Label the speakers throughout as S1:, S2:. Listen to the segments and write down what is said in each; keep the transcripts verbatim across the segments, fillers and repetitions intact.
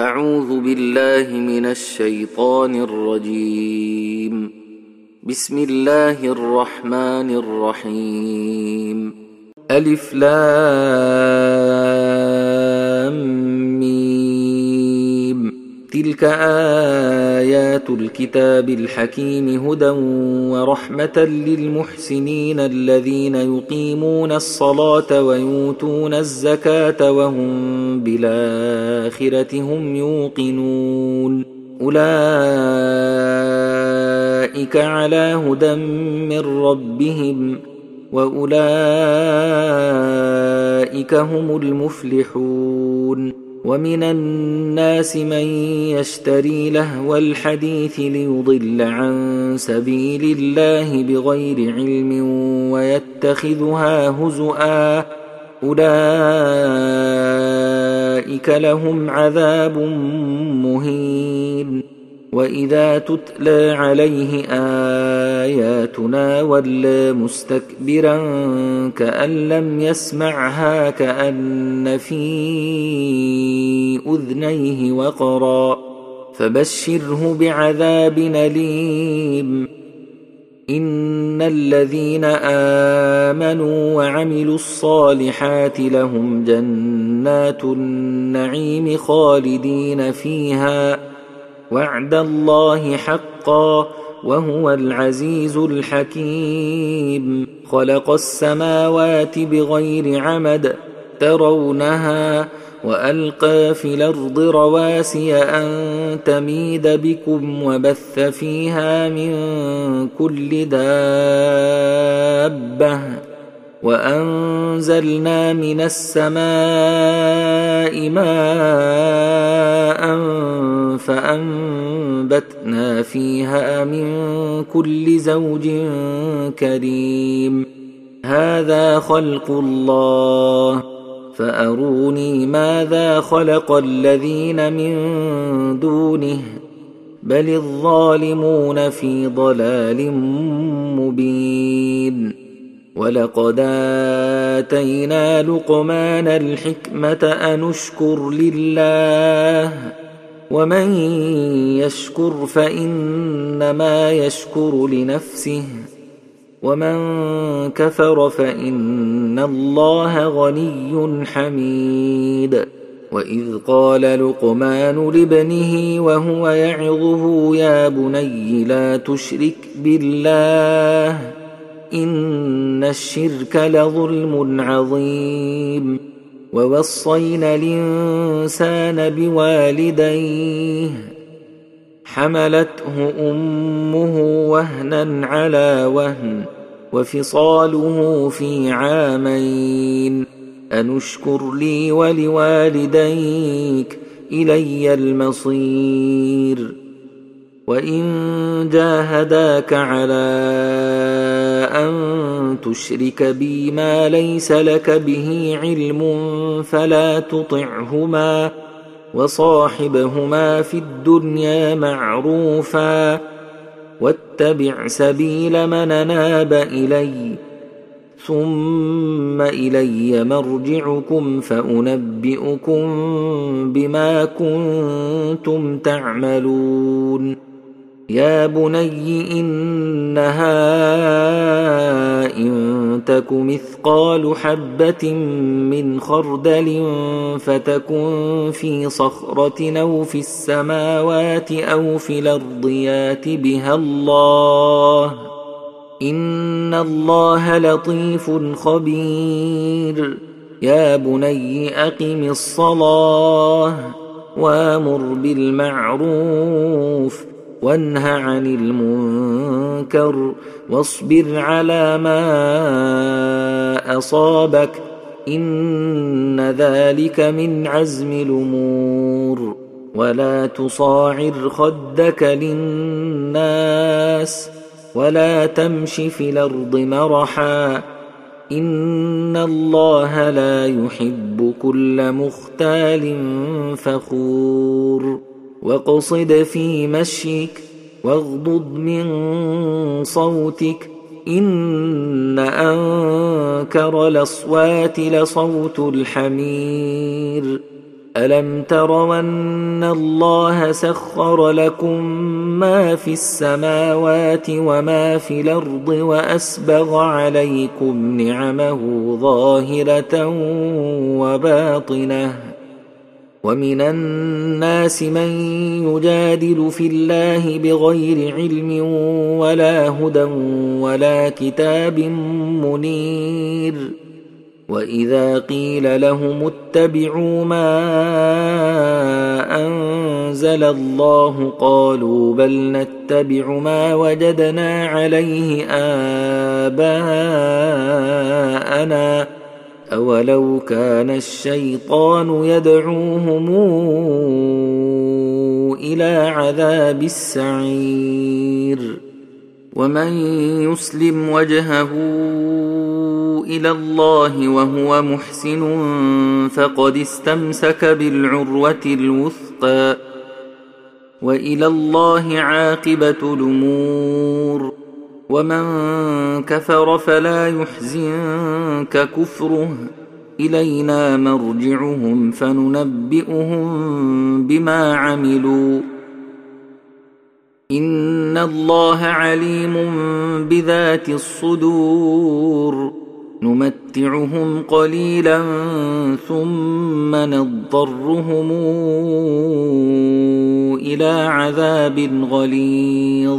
S1: أعوذ بالله من الشيطان الرجيم. بسم الله الرحمن الرحيم. ألف لام ميم. تلك آيات الكتاب الحكيم هدى ورحمة للمحسنين الذين يقيمون الصلاة ويؤتون الزكاة وهم بالآخرة هم يوقنون. أولئك على هدى من ربهم وأولئك هم المفلحون. ومن الناس من يشتري لهو الحديث ليضل عن سبيل الله بغير علم ويتخذها هزؤا أولئك لهم عذاب مهين. وإذا تتلى عليه آياتنا ولى مستكبرا كأن لم يسمعها كأن في أذنيه وقرا فبشره بعذاب أليم. إن الذين آمنوا وعملوا الصالحات لهم جنات النعيم خالدين فيها وعد الله حقا وهو العزيز الحكيم. خلق السماوات بغير عمد ترونها وألقى في الأرض رواسي أن تميد بكم وبث فيها من كل دابة وأنزلنا من السماء ماء فأنبتنا فيها من كل زوج كريم. هذا خلق الله فأروني ماذا خلق الذين من دونه بل الظالمون في ضلال مبين. ولقد آتينا لقمان الحكمة أن اشكر لله ومن يشكر فإنما يشكر لنفسه ومن كفر فإن الله غني حميد. وإذ قال لقمان لابنه وهو يعظه يا بني لا تشرك بالله إن الشرك لظلم عظيم. ووصينا الإنسان بوالديه حملته أمه وهنا على وهن وفصاله في عامين أن اشكر لي ولوالديك إلي المصير. وإن جاهداك على أن تشرك بي ما ليس لك به علم فلا تطعهما وصاحبهما في الدنيا معروفا واتبع سبيل من أناب إلي ثم إلي مرجعكم فأنبئكم بما كنتم تعملون. يا بني إنها إن تك مثقال حبة من خردل فتكن في صخرة أو في السماوات أو في الأرض يات بها الله إن الله لطيف خبير. يا بني أقم الصلاة وامر بالمعروف وانه عن المنكر واصبر على ما أصابك إن ذلك من عزم الأمور. ولا تصاعر خدك للناس ولا تمش في الأرض مرحا إن الله لا يحب كل مختال فخور. واقصد في مشيك واغضض من صوتك إن أنكر الأصوات لصوت الحمير ألم تروا أن الله سخر لكم ما في السماوات وما في الأرض وأسبغ عليكم نعمه ظاهرة وباطنة ومن الناس من يجادل في الله بغير علم ولا هدى ولا كتاب منير وإذا قيل لهم اتبعوا ما أنزل الله قالوا بل نتبع ما وجدنا عليه آباءنا أولو كان الشيطان يدعوهم إلى عذاب السعير ومن يسلم وجهه إلى الله وهو محسن فقد استمسك بالعروة الوثقى وإلى الله عاقبة الأمور ومن كفر فلا يحزنك كفره إلينا مرجعهم فننبئهم بما عملوا إن الله عليم بذات الصدور نمتعهم قليلا ثم نضطرهم إلى عذاب غليظ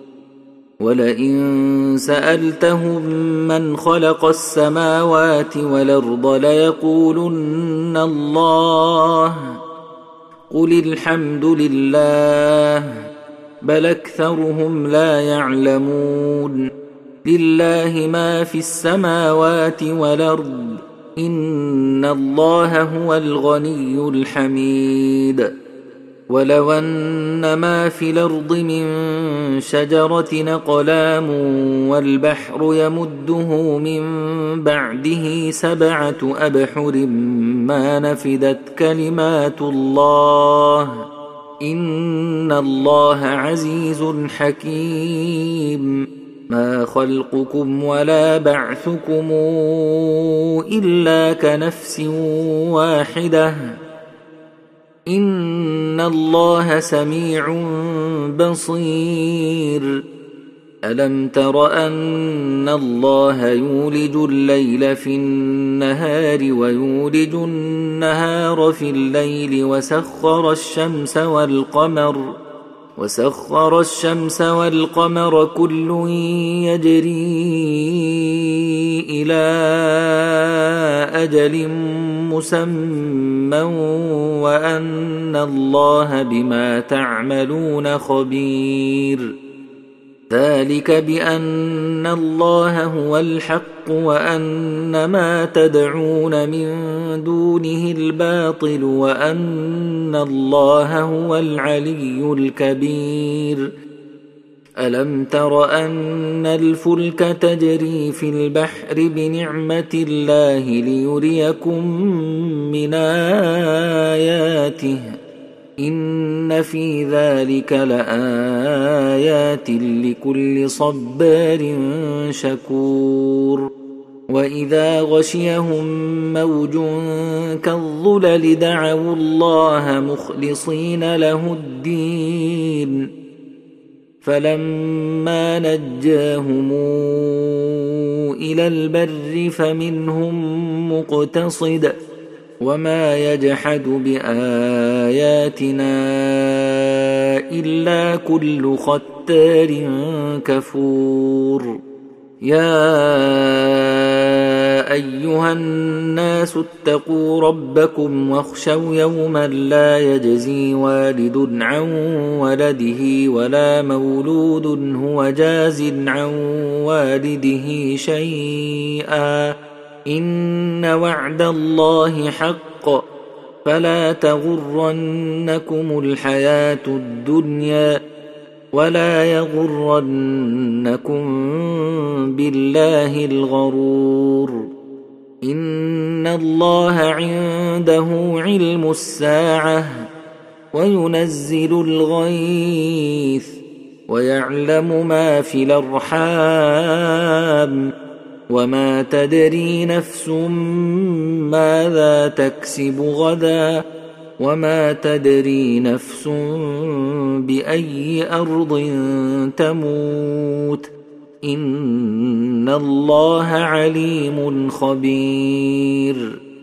S1: ولئن سألتهم من خلق السماوات والأرض ليقولن الله قل الحمد لله بل أكثرهم لا يعلمون لله ما في السماوات والأرض إن الله هو الغني الحميد ولو أن ما في الأرض من شجرة أقلام والبحر يمده من بعده سبعة أبحر ما نفدت كلمات الله إن الله عزيز حكيم ما خلقكم ولا بعثكم إلا كنفس واحدة إن الله سميع بصير ألم تر أن الله يولج الليل في النهار ويولج النهار في الليل وسخر الشمس والقمر وسخر الشمس والقمر كل يجري إلى أجل مسمى وأن الله بما تعملون خبير ذلك بأن الله هو الحق وأن ما تدعون من دونه الباطل وأن الله هو العلي الكبير ألم تر أن الفلك تجري في البحر بنعمة الله ليريكم من آياته إن في ذلك لآيات لكل صبار شكور وإذا غشيهم موج كالظلل دعوا الله مخلصين له الدين فلما نجاهم إلى البر فمنهم مقتصد وما يجحد بآياتنا إلا كل ختار كفور يا أيها الناس اتقوا ربكم واخشوا يوما لا يجزي والد عن ولده ولا مولود هو جاز عن والده شيئا إن وعد الله حق فلا تغرنكم الحياة الدنيا ولا يغرنكم بالله الغرور إن الله عنده علم الساعة وينزل الغيث ويعلم ما في الأرحام وما تدري نفس ماذا تكسب غدا وما تدري نفس بأي أرض تموت إن الله عليم خبير